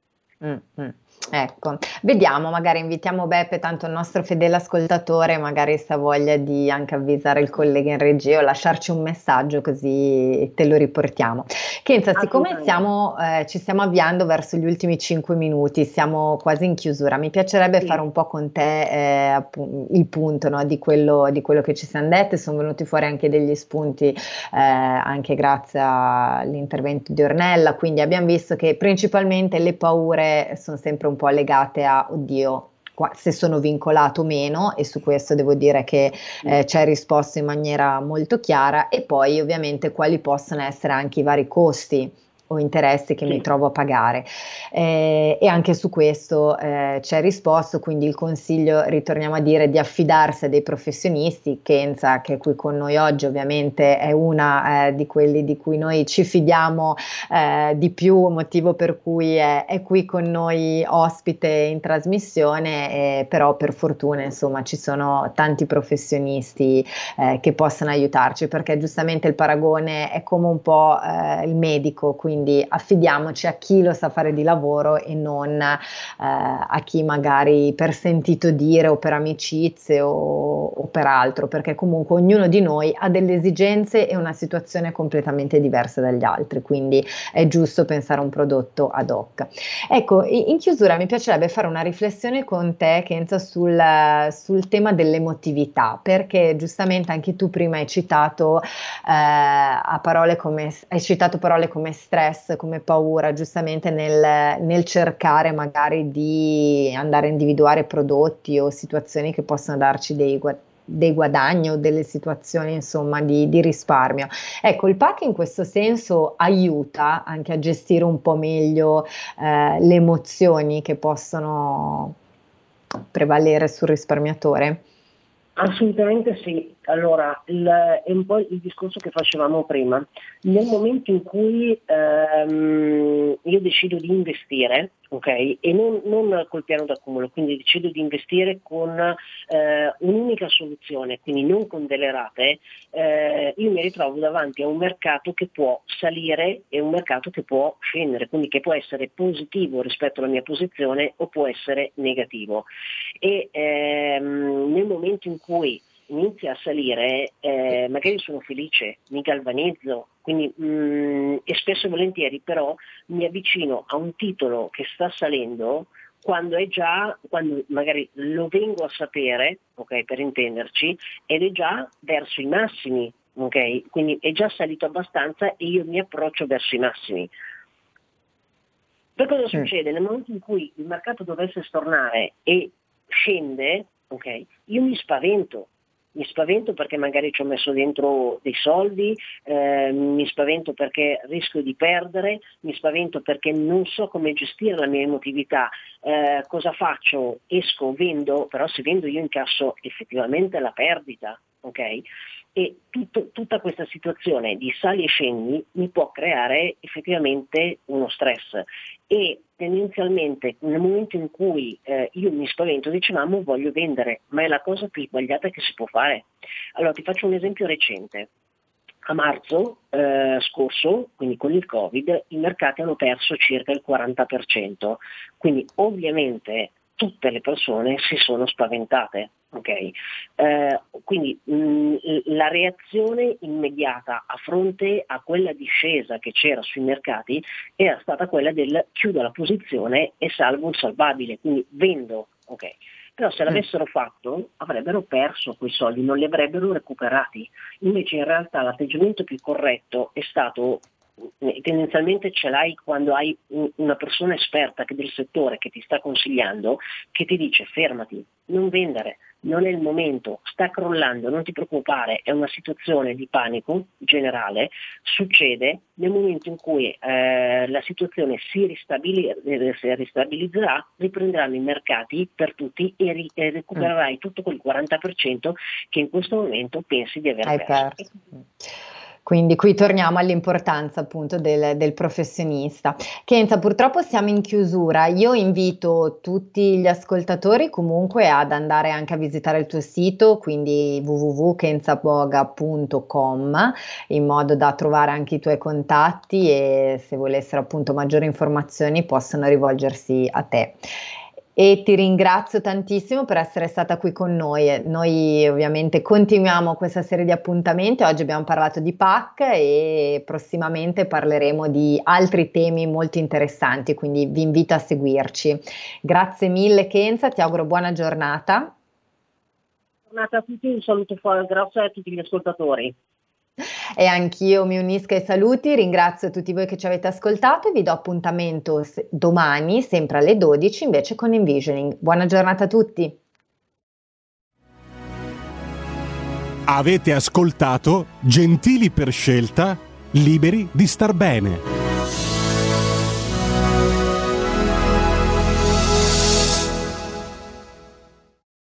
Ecco, vediamo, magari invitiamo Beppe, tanto il nostro fedele ascoltatore, magari se ha voglia di anche avvisare il collega in regia o lasciarci un messaggio, così te lo riportiamo. Kenza, siccome ci stiamo avviando verso gli ultimi 5 minuti, siamo quasi in chiusura, mi piacerebbe fare un po' con te il punto, no, di quello che ci siamo dette. Sono venuti fuori anche degli spunti anche grazie all'intervento di Ornella, quindi abbiamo visto che principalmente le paure sono sempre un po' legate a oddio, se sono vincolato o meno, e su questo devo dire che ci hai risposto in maniera molto chiara, e poi ovviamente quali possono essere anche i vari costi o interessi che mi trovo a pagare, e anche su questo ci hai risposto, quindi il consiglio, ritorniamo a dire, di affidarsi a dei professionisti. Kenza, che è qui con noi oggi, ovviamente è una di quelli di cui noi ci fidiamo di più, motivo per cui è qui con noi ospite in trasmissione, però per fortuna insomma ci sono tanti professionisti che possono aiutarci, perché giustamente il paragone è come un po' il medico, quindi affidiamoci a chi lo sa fare di lavoro e non a chi magari per sentito dire o per amicizie o per altro, perché comunque ognuno di noi ha delle esigenze e una situazione completamente diversa dagli altri, quindi è giusto pensare a un prodotto ad hoc. Ecco, in chiusura mi piacerebbe fare una riflessione con te, Kenza, sul tema dell'emotività, perché giustamente anche tu prima hai citato parole come stress, come paura, giustamente nel cercare magari di andare a individuare prodotti o situazioni che possono darci dei guadagni o delle situazioni insomma di risparmio. Ecco, il PAC in questo senso aiuta anche a gestire un po' meglio le emozioni che possono prevalere sul risparmiatore? Assolutamente sì. Allora, è un po' il discorso che facevamo prima. Nel momento in cui io decido di investire, ok, e non col piano d'accumulo, quindi decido di investire con un'unica soluzione, quindi non con delle rate, io mi ritrovo davanti a un mercato che può salire e un mercato che può scendere, quindi che può essere positivo rispetto alla mia posizione o può essere negativo. E nel momento in cui inizia a salire, magari sono felice, mi galvanizzo, quindi e spesso e volentieri però mi avvicino a un titolo che sta salendo quando magari lo vengo a sapere, ok, per intenderci, ed è già verso i massimi, ok, quindi è già salito abbastanza e io mi approccio verso i massimi. Per cosa succede? Nel momento in cui il mercato dovesse stornare e scende, ok, io mi spavento perché magari ci ho messo dentro dei soldi, mi spavento perché rischio di perdere, mi spavento perché non so come gestire la mia emotività. Cosa faccio? Esco, vendo, però se vendo io incasso effettivamente la perdita, ok? E tutta questa situazione di sali e scendi mi può creare effettivamente uno stress, e tendenzialmente nel momento in cui io mi spavento, dicevamo, voglio vendere, ma è la cosa più sbagliata che si può fare. Allora ti faccio un esempio recente. A marzo scorso, quindi con il Covid, i mercati hanno perso circa il 40%, quindi ovviamente tutte le persone si sono spaventate. Okay. Quindi la reazione immediata a fronte a quella discesa che c'era sui mercati era stata quella del chiudo la posizione e salvo il salvabile, quindi vendo. Okay. Però se l'avessero fatto avrebbero perso quei soldi, non li avrebbero recuperati. Invece in realtà l'atteggiamento più corretto è stato, tendenzialmente ce l'hai quando hai una persona esperta del settore che ti sta consigliando, che ti dice fermati, non vendere, non è il momento, sta crollando, non ti preoccupare, è una situazione di panico generale, succede nel momento in cui la situazione si ristabilizzerà, riprenderanno i mercati per tutti e recupererai tutto quel 40% che in questo momento pensi di aver perso. Quindi qui torniamo all'importanza appunto del professionista. Kenza, purtroppo siamo in chiusura, io invito tutti gli ascoltatori comunque ad andare anche a visitare il tuo sito, quindi www.kenzaboga.com, in modo da trovare anche i tuoi contatti e se volessero appunto maggiori informazioni possono rivolgersi a te. E ti ringrazio tantissimo per essere stata qui con noi. Noi ovviamente continuiamo questa serie di appuntamenti. Oggi abbiamo parlato di PAC e prossimamente parleremo di altri temi molto interessanti, quindi vi invito a seguirci. Grazie mille Kenza, ti auguro buona giornata. Buona giornata a tutti, un saluto grazie a tutti gli ascoltatori. E anch'io mi unisco ai saluti, ringrazio tutti voi che ci avete ascoltato e vi do appuntamento domani, sempre alle 12, invece con Envisioning. Buona giornata a tutti. Avete ascoltato Gentili per scelta, liberi di star bene.